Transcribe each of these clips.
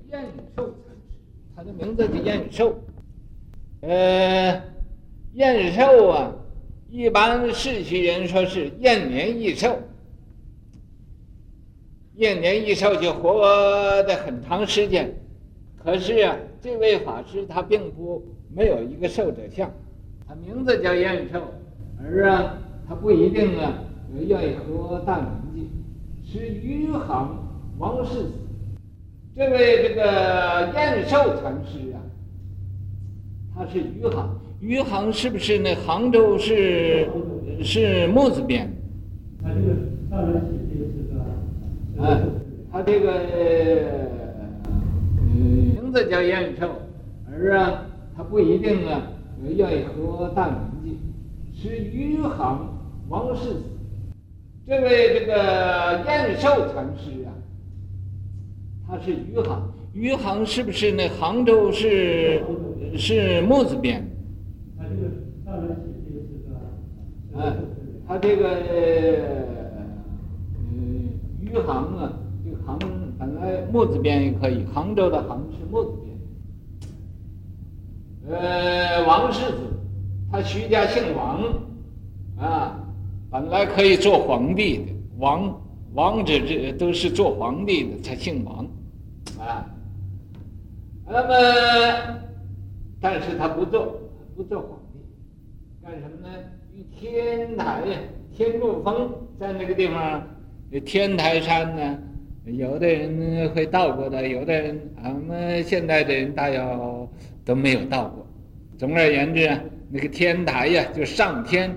燕寿禅师，他的名字叫燕寿。燕寿啊，一般世袭人说是延年益寿，延年益寿就活得很长时间。可是啊，这位法师他并没有一个寿者相，他名字叫燕寿，而啊，他不一定啊愿意活大年纪。是余杭王世子，这位这个燕寿禅师啊，他是余杭。余杭是不是那杭州是木字边？ 他这个上人写的是个， 他这个名字叫燕寿，而啊，他不一定啊愿意活大年纪。是余杭王世子，这位这个燕寿禅师啊，他是余杭。余杭是不是那杭州是木字边？ 他这个上人写的是个， 他这个余杭啊，这个杭本来木字边也可以，杭州的杭是木字边。王世子，他徐家姓王啊，本来可以做皇帝的，王者这都是做皇帝的才姓王啊。那么，但是他不做皇帝，干什么呢？于天台呀，天柱峰在那个地方，天台山呢，有的人会到过的，有的人俺们现在的人大约都没有到过。总而言之啊，那个天台呀，就上天，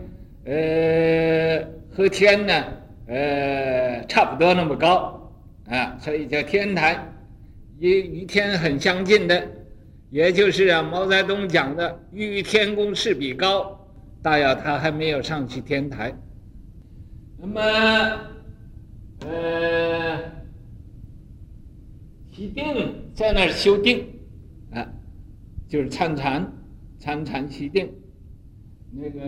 和天呢，差不多那么高啊，所以叫天台，与天很相近的，也就是啊毛泽东讲的“与天公试比高”。大约他还没有上去天台。那么，起定在那儿修定，啊，就是参禅起定。那个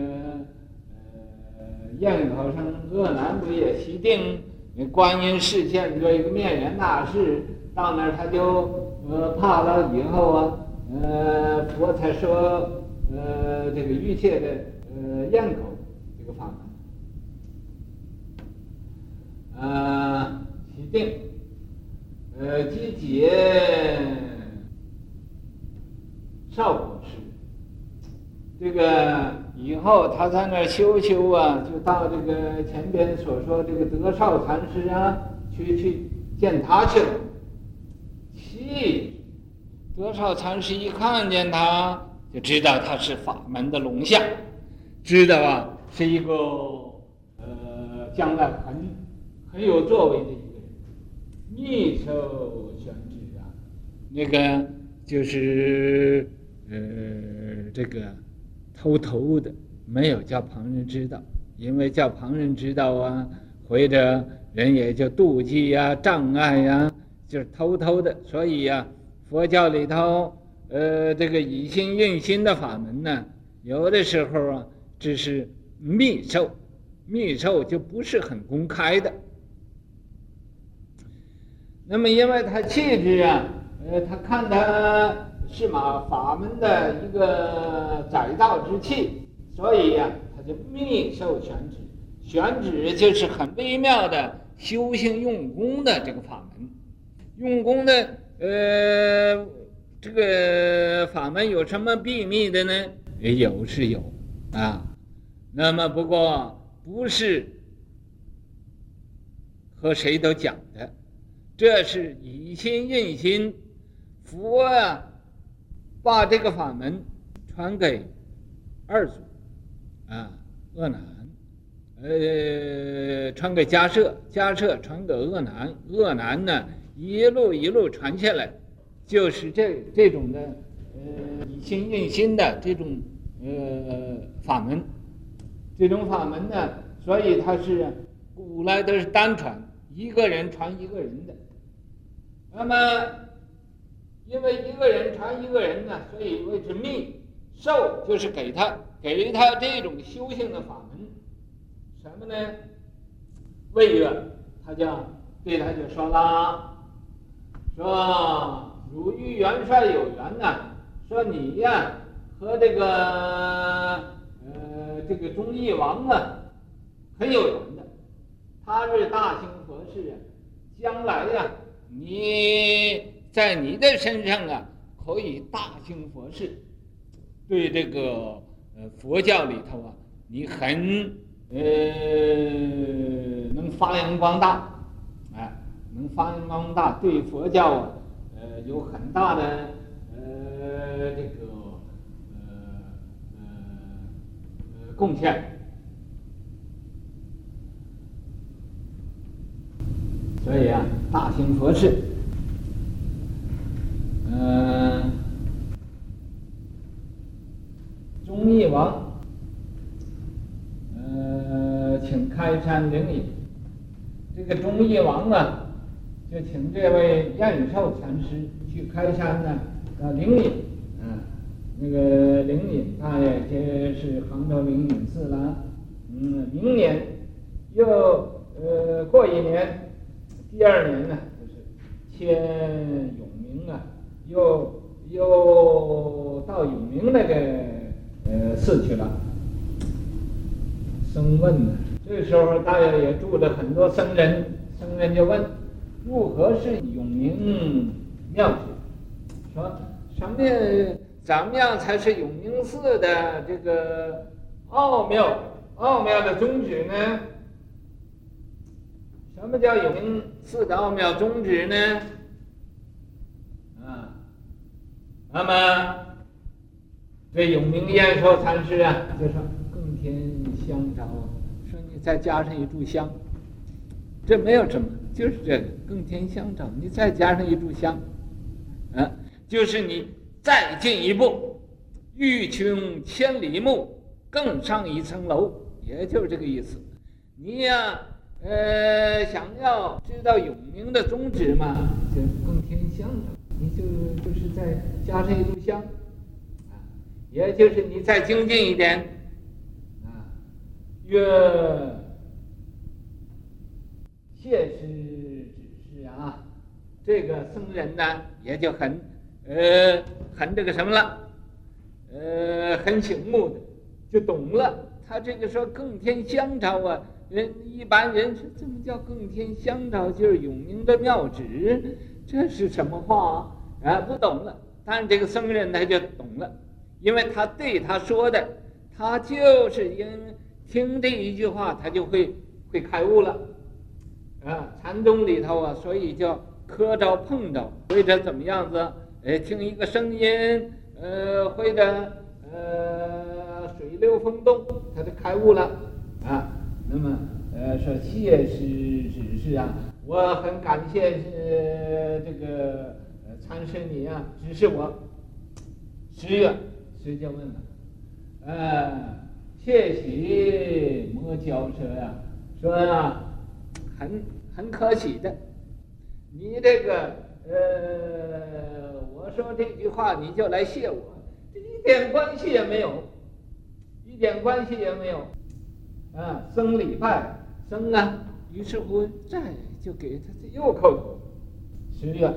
堰口上鄂南不也起定？观音示现做一个面缘大士，到那儿他就怕了以后啊，佛才说这个欲界的堰口这个法门，起定，积节少果师。这个以后他在那儿修啊，就到这个前边所说这个德少禅师啊，去见他去了。德少禅师一看见他，就知道他是法门的龙象，知道啊是一个将来很有作为的一个人。密受玄旨啊，那个就是这个偷的，没有叫旁人知道，因为叫旁人知道啊，或者人也就妒忌呀、障碍呀，就是偷的。所以呀，佛教里头这个以心印心的法门呢，有的时候啊只是密授就不是很公开的。那么因为他气质啊，他看他是法门的一个载道之器，所以呀，他就密授玄旨。玄旨就是很微妙的修行用功的这个法门。用功的这个法门有什么秘密的呢？有是有啊，那么不过不是和谁都讲的，这是以心印心。佛啊把这个法门传给二祖啊，鄂南，传给迦摄，迦摄传给鄂南，鄂南呢一路传下来，就是这种的以心印心的这种法门。这种法门呢，所以它是古来都是单传，一个人传一个人的。那么因为一个人传一个人呢，所以谓之密。授就是给他这种修行的法门。什么呢？谓曰，他就对他就说了，说汝与元帅有缘呐，说你呀和这个忠义王啊很有缘的。他日大兴佛事啊，将来呀你在你的身上啊可以大兴佛事，对这个佛教里头啊你很能发扬光大，能发扬光大，对佛教啊有很大的这个贡献。所以啊，大兴佛事，忠义王，请开山领引。这个忠义王啊，就请这位延寿禅师去开山呢，领引，那个领引，他也就是杭州灵隐寺了。明年又过一年。第二年呢，就是迁永明啊，又到永明那个寺去了。僧问呢，这时候大约也住着很多僧人，僧人就问，如何是永明妙旨？说怎么样才是永明寺的这个奥妙的宗旨呢？什么叫永明寺的奥妙宗旨呢？那么这永明延寿禅师啊，就说更添香招，说你再加上一炷香，这没有什么，就是这个更添香招，你再加上一炷香，就是你再进一步，欲穷千里目，更上一层楼，也就是这个意思。你呀。想要知道永明的宗旨嘛，就更添香了。你就是再加上一炷香，也就是你再精进一点，越切实指示啊。这个僧人呢，也就很这个什么了，很醒目的，就懂了。他这个说更添香招啊。一般人是怎么叫更添香招？就是永明的妙旨，这是什么话啊？不懂了。但是这个僧人他就懂了，因为他对他说的，他就是因听这一句话，他就会开悟了。禅宗里头啊，所以叫磕着碰着，或者怎么样子，听一个声音，或者水流风动，他就开悟了那么说谢师指示啊，我很感谢这个禅师你啊指示我。10月师就问了，谢喜莫骄奢呀，说啊很可喜的，你这个我说这句话你就来谢我，这一点关系也没有，僧礼拜僧啊，于是乎再就给他又叩头。10月，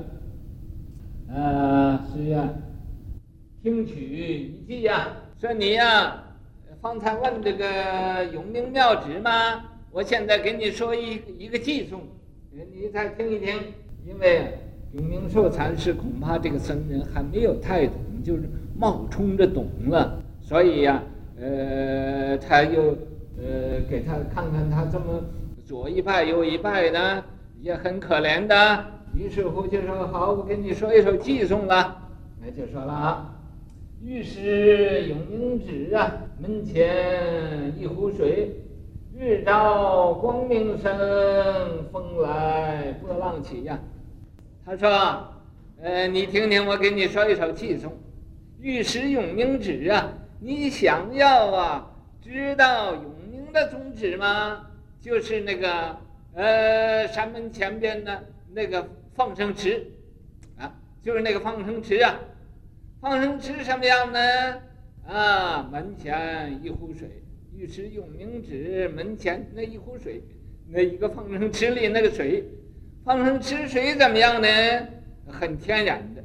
听取一记呀，说你呀，方才问这个永明妙旨吗？我现在给你说一个寄送，你再听一听。因为永明寿禅师恐怕这个僧人还没有太懂，就是冒充着懂了，所以呀，他又给他看看他这么左一拜右一拜的，也很可怜的。于是乎就说好，我给你说一首寄颂了。那就说了御史永明旨啊，门前一壶水，日照光明生，风来波浪起呀。他说你听听我给你说一首寄颂。御史永明旨啊，你想要啊知道永明的宗旨吗？就是那个山门前边的那个放生池就是那个放生池啊。放生池什么样呢？门前一壶水，御史永明旨门前那一壶水，那一个放生池里那个水，放生池水怎么样呢？很天然的，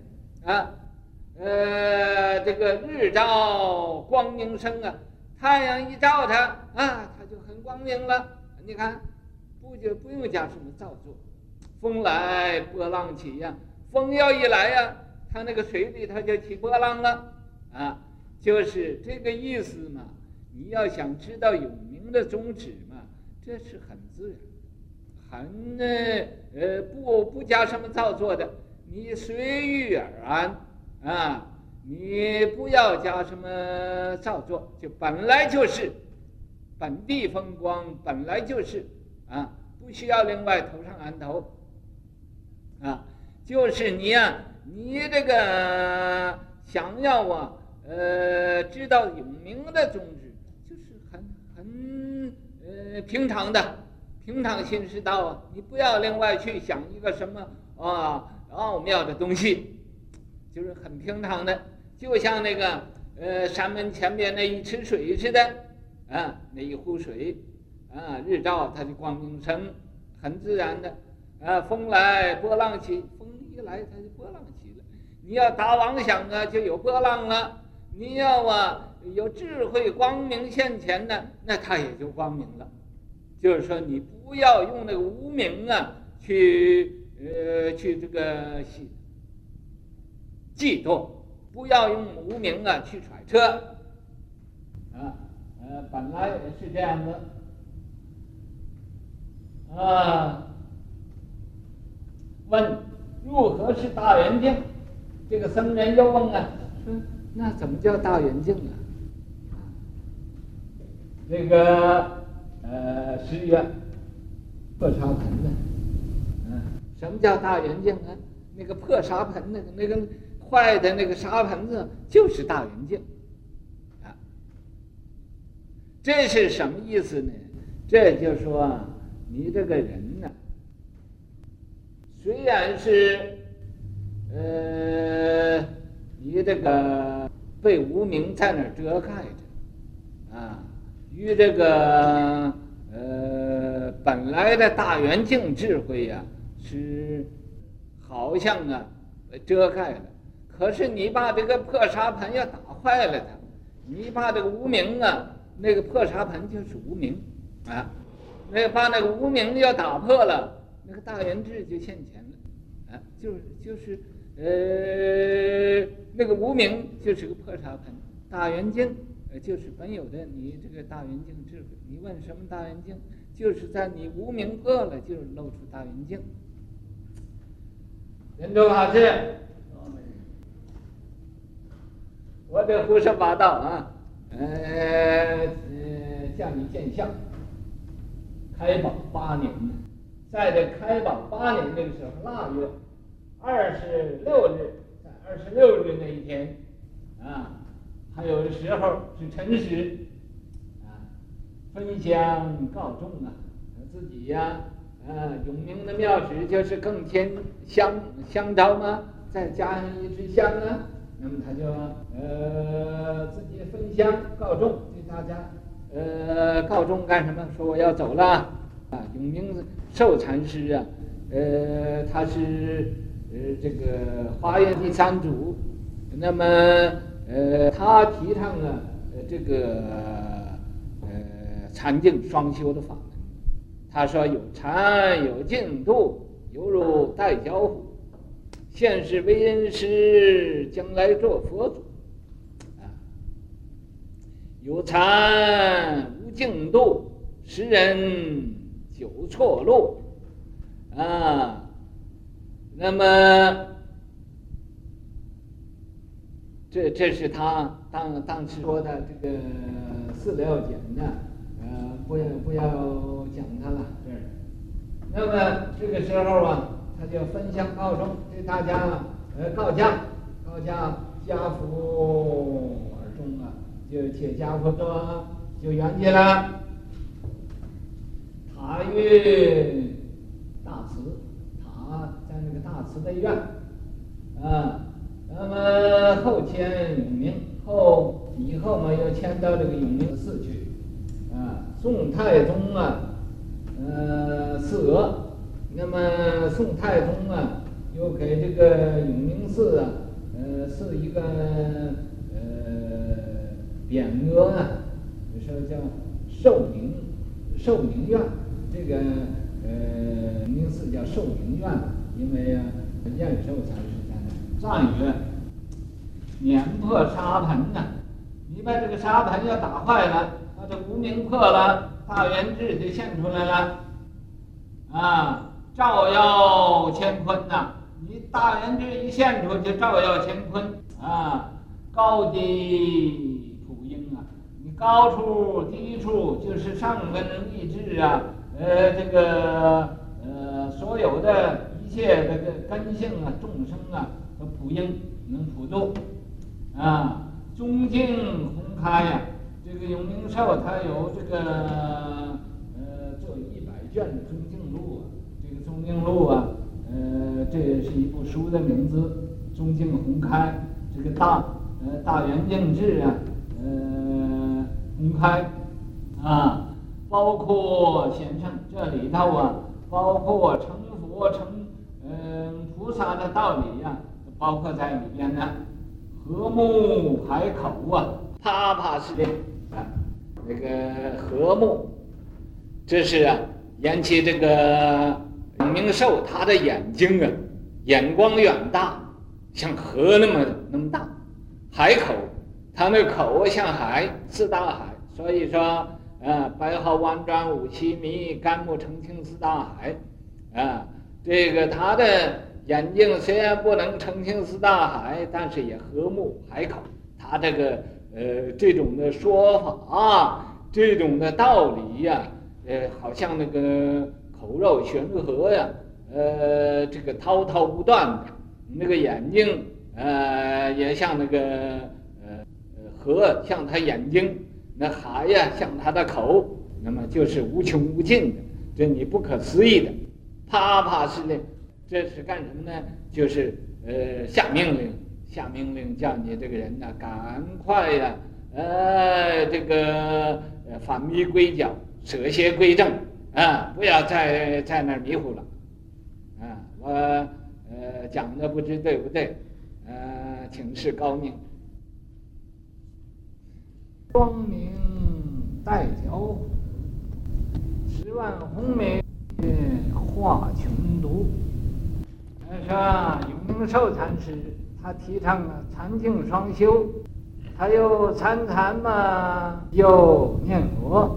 啊，这个日照光明生啊，太阳一照它啊，它就很光明了。你看，不用加什么造作，风来波浪起呀，风要一来呀，它那个水里它就起波浪了啊，就是这个意思嘛。你要想知道有名的宗旨嘛，这是很自然，不加什么造作的，你随遇而安啊，你不要加什么造作，就本来就是本地风光，本来就是啊，不需要另外头上安头啊，就是你呀，你这个想要知道有名的宗旨，就是很平常的平常心是道啊，你不要另外去想一个什么奥妙的东西，就是很平常的，就像那个山门前边那一池水似的啊，那一壶水啊，日照它就光明生，很自然的啊，风来波浪起，风一来它就波浪起了。你要打妄想啊，就有波浪了；你要有智慧光明现前的，那它也就光明了。就是说，你不要用那个无明啊去这个嫉妒，不要用无明啊去揣测啊，本来也是这样的啊。问如何是大圆镜？这个僧人又问啊，说那怎么叫大圆镜啊？这个10月破沙盆呢？什么叫大圆镜啊？那个破沙盆，那个坏的那个沙盆子就是大圆镜啊。这是什么意思呢？这就说你这个人呢，虽然是你这个被无明在那儿遮盖着啊，与这个本来的大圆镜智慧呀，是好像遮盖了。可是你把这个破沙盆要打坏了它，你把这个无明那个破沙盆就是无明啊，把那个无明要打破了，那个大圆智就现前了啊，就是那个无明就是个破沙盆，大圆镜就是本有的你这个大圆镜智慧。你问什么大圆镜？就是在你无明破了，就是露出大圆镜。人中好事，我这胡说八道啊，向你见相。开宝8年，在这开宝8年那个时候，腊月26日，在26日那一天啊，还有的时候是辰时啊，分享告众啊，自己呀永明的妙旨就是更添香招嘛，再加上一支香啊，那么他就自己分享告众，对大家告众干什么？说我要走了啊！永明寿禅师啊，他是这个华严第3祖，那么他提倡这个禅净双修的法门。他说有禅有净度，犹如带脚虎，现世为人师，将来做佛祖啊。有禅无净度，使人久错路啊。那么这是他当时说的这个4了简呢，不要讲他了。那么这个时候啊，他就分享告众，对大家告假家福而终啊，就解家福中就圆寂了。塔于大慈，塔在那个大慈悲院啊。那么后迁永明，以后嘛又迁到这个永明寺去啊。宋太宗赐额，那么宋太宗又给这个永明寺是一个匾额啊，说叫寿宁院，这个名字叫寿宁院，因为燕寿禅师在那。藏语碾破沙盆呐，你把这个沙盆要打坏了，它这无名破了，大圆智就现出来了啊，照耀乾坤呐。你大圆智一现出就照耀乾坤啊，高低普应啊，你高处低处就是上根立志啊，这个所有的一切这个根性啊众生啊都普应能普度啊，中境宏开呀。这个永明寿他有这个做100卷的中境录啊，这个中境录啊。这也是一部书的名字，中境宏开，这个大圆净智啊，宏开啊，包括显圣这里头啊，包括成佛成菩萨的道理呀、包括在里边呢。和睦海口啊，啪啪是的啊，那个和睦，这是啊，引起这个。永明寿他的眼睛啊，眼光远大，像河那么大，海口，他那口像海，似大海，所以说白毫弯转五七迷，甘木澄清似大海，啊，这个他的眼睛虽然不能澄清似大海，但是也和睦海口，他这个这种的说法，这种的道理呀、好像那个。口肉悬河呀，这个滔滔不断的，那个眼睛，也像那个河像他眼睛，那海呀像他的口，那么就是无穷无尽的，这你不可思议的，啪啪似的，这是干什么呢？就是下命令叫你这个人呢，赶快呀，这个返迷归教，舍邪归正。不要在那儿迷糊了，我讲的不知对不对，请示高明。光明带脚，10万红梅化穷毒。说永明寿禅师他提倡了禅净双修，他又参禅嘛，又念佛。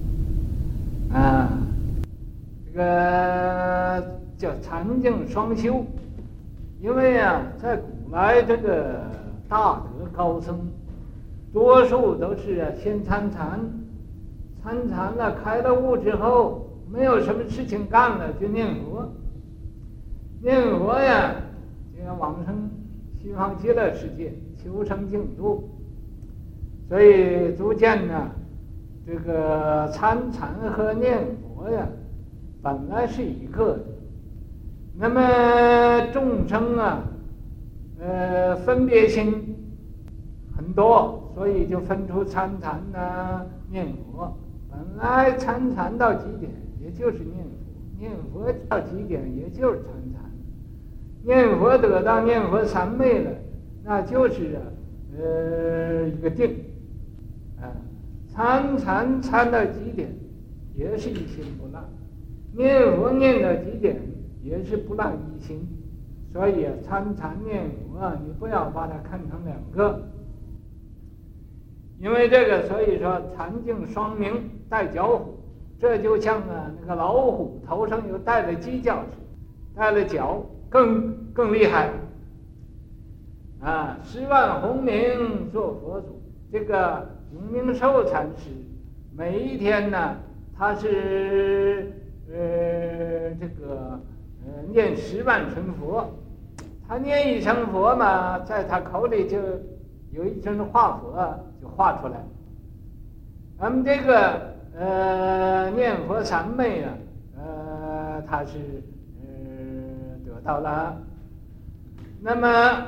这个叫禅净双修，因为在古来这个大德高僧，多数都是先参禅，参禅了开了悟之后，没有什么事情干了，就念佛，念佛呀，就要往生西方极乐世界，求生净土，所以逐渐呢。这个参禅和念佛呀，本来是一个的。那么众生啊，分别心很多，所以就分出参禅呐、念佛。本来参禅到极点，也就是念佛；念佛到极点，也就是参禅。念佛得到念佛三昧了，那就是一个定，参禅参到极点，也是一心不乱；念佛念到极点，也是不乱一心。所以参禅念佛你不要把它看成两个，因为这个，所以说禅净双明带角虎，这就像那个老虎头上又带了犄角似的，带了角更厉害。10万洪名做佛祖，这个永明寿禅师每一天呢，他是这个念10万声佛，他念一声佛嘛，在他口里就有一尊化佛就化出来。咱们这个念佛三昧他是得到了。那么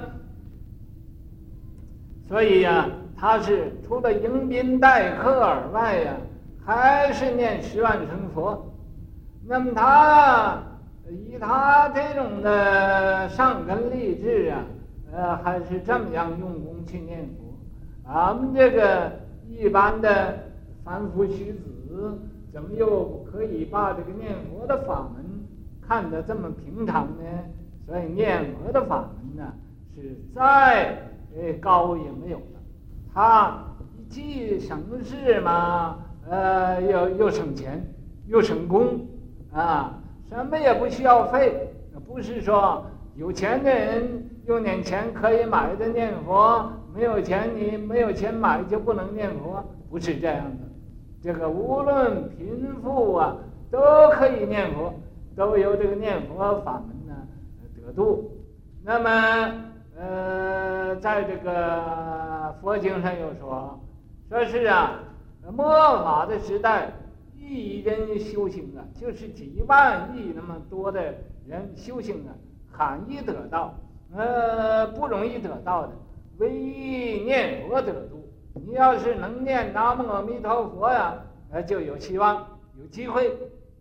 所以他是除了迎宾待客而外还是念10万声佛。那么他以他这种的上根立志还是这么样用功去念佛。俺们这个一般的凡夫俗子，怎么又可以把这个念佛的法门看得这么平常呢？所以念佛的法门呢，是再高也没有了。它既省事嘛，又省钱，又成功啊，什么也不需要费。不是说有钱的人用点钱可以买的念佛，没有钱你没有钱买就不能念佛，不是这样的。这个无论贫富啊，都可以念佛，都由这个念佛法门呢得度。那么在这个佛经上又说是啊，末法的时代，一人修行啊，就是几万亿那么多的人修行啊，罕易得到，不容易得到的，唯一念佛得度。你要是能念南无阿弥陀佛呀，就有希望，有机会。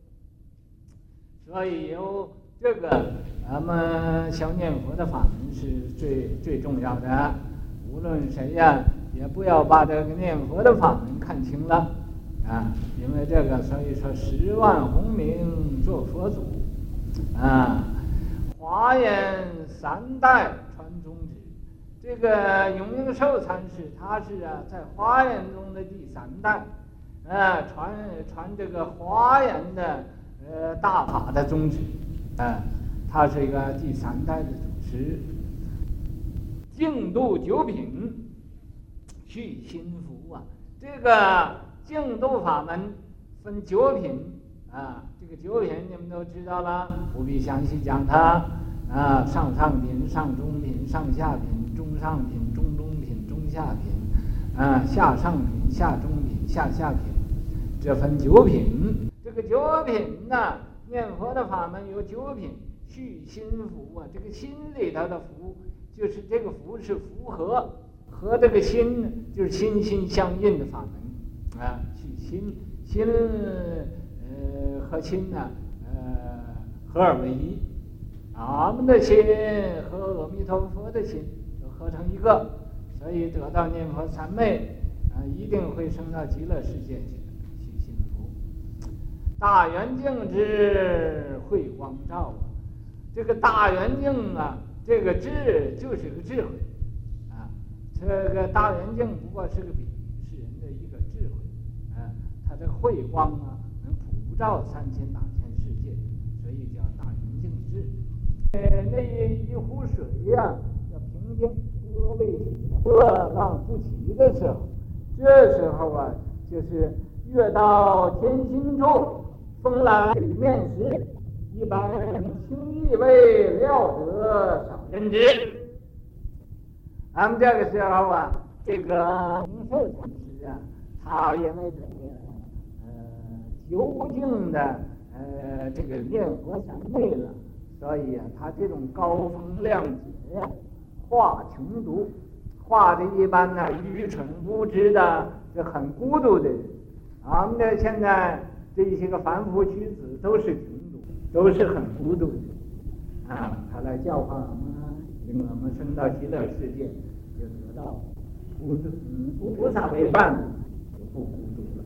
所以有这个咱们修念佛的法门是最重要的。无论谁呀，也不要把这个念佛的法门看轻了啊！因为这个，所以说10万洪名做佛祖啊，华严3代传宗旨。这个永明寿禅师，他是在华严中的第3代，传这个华严的大法的宗旨，他是一个第3代的祖师。净度9品，续心福啊！这个净度法门分9品啊，这个9品你们都知道了，不必详细讲它啊。上品、上中品、上下品、中上品、中中品、中下品啊，下上品、下中品、下下品，这分9品。这个9品呢，念佛的法门有9品，续心福啊，这个心里头的福。就是这个福是福和这个心，就是心心相印的法门啊。心和心呢，合二为一。俺们的心和阿弥陀佛的心都合成一个，所以得到念佛三昧一定会升到极乐世界去的。续心福，大圆镜之慧光照啊，这个大圆镜啊。这个智就是个智慧啊，这个大圆镜不过是个比喻，是人的一个智慧啊。它的慧光啊，能普照3800世界，所以叫大圆镜智。那一壶水呀，要平静，波浪不起的时候，这时候啊，就是月到天心处，风来面时。一般轻易为料得少人知。俺们这个时候啊，这个明寿禅师啊，他因为这个究竟的这个念佛三昧了，所以啊，他这种高风亮节呀，化穷途，化的一般呢愚蠢无知的，这很孤独的人。俺们这现在这些个凡夫俗子都是都是很孤独的啊，他来教化我们，令我们升到极乐世界，就得到菩萨为伴，就不孤独了。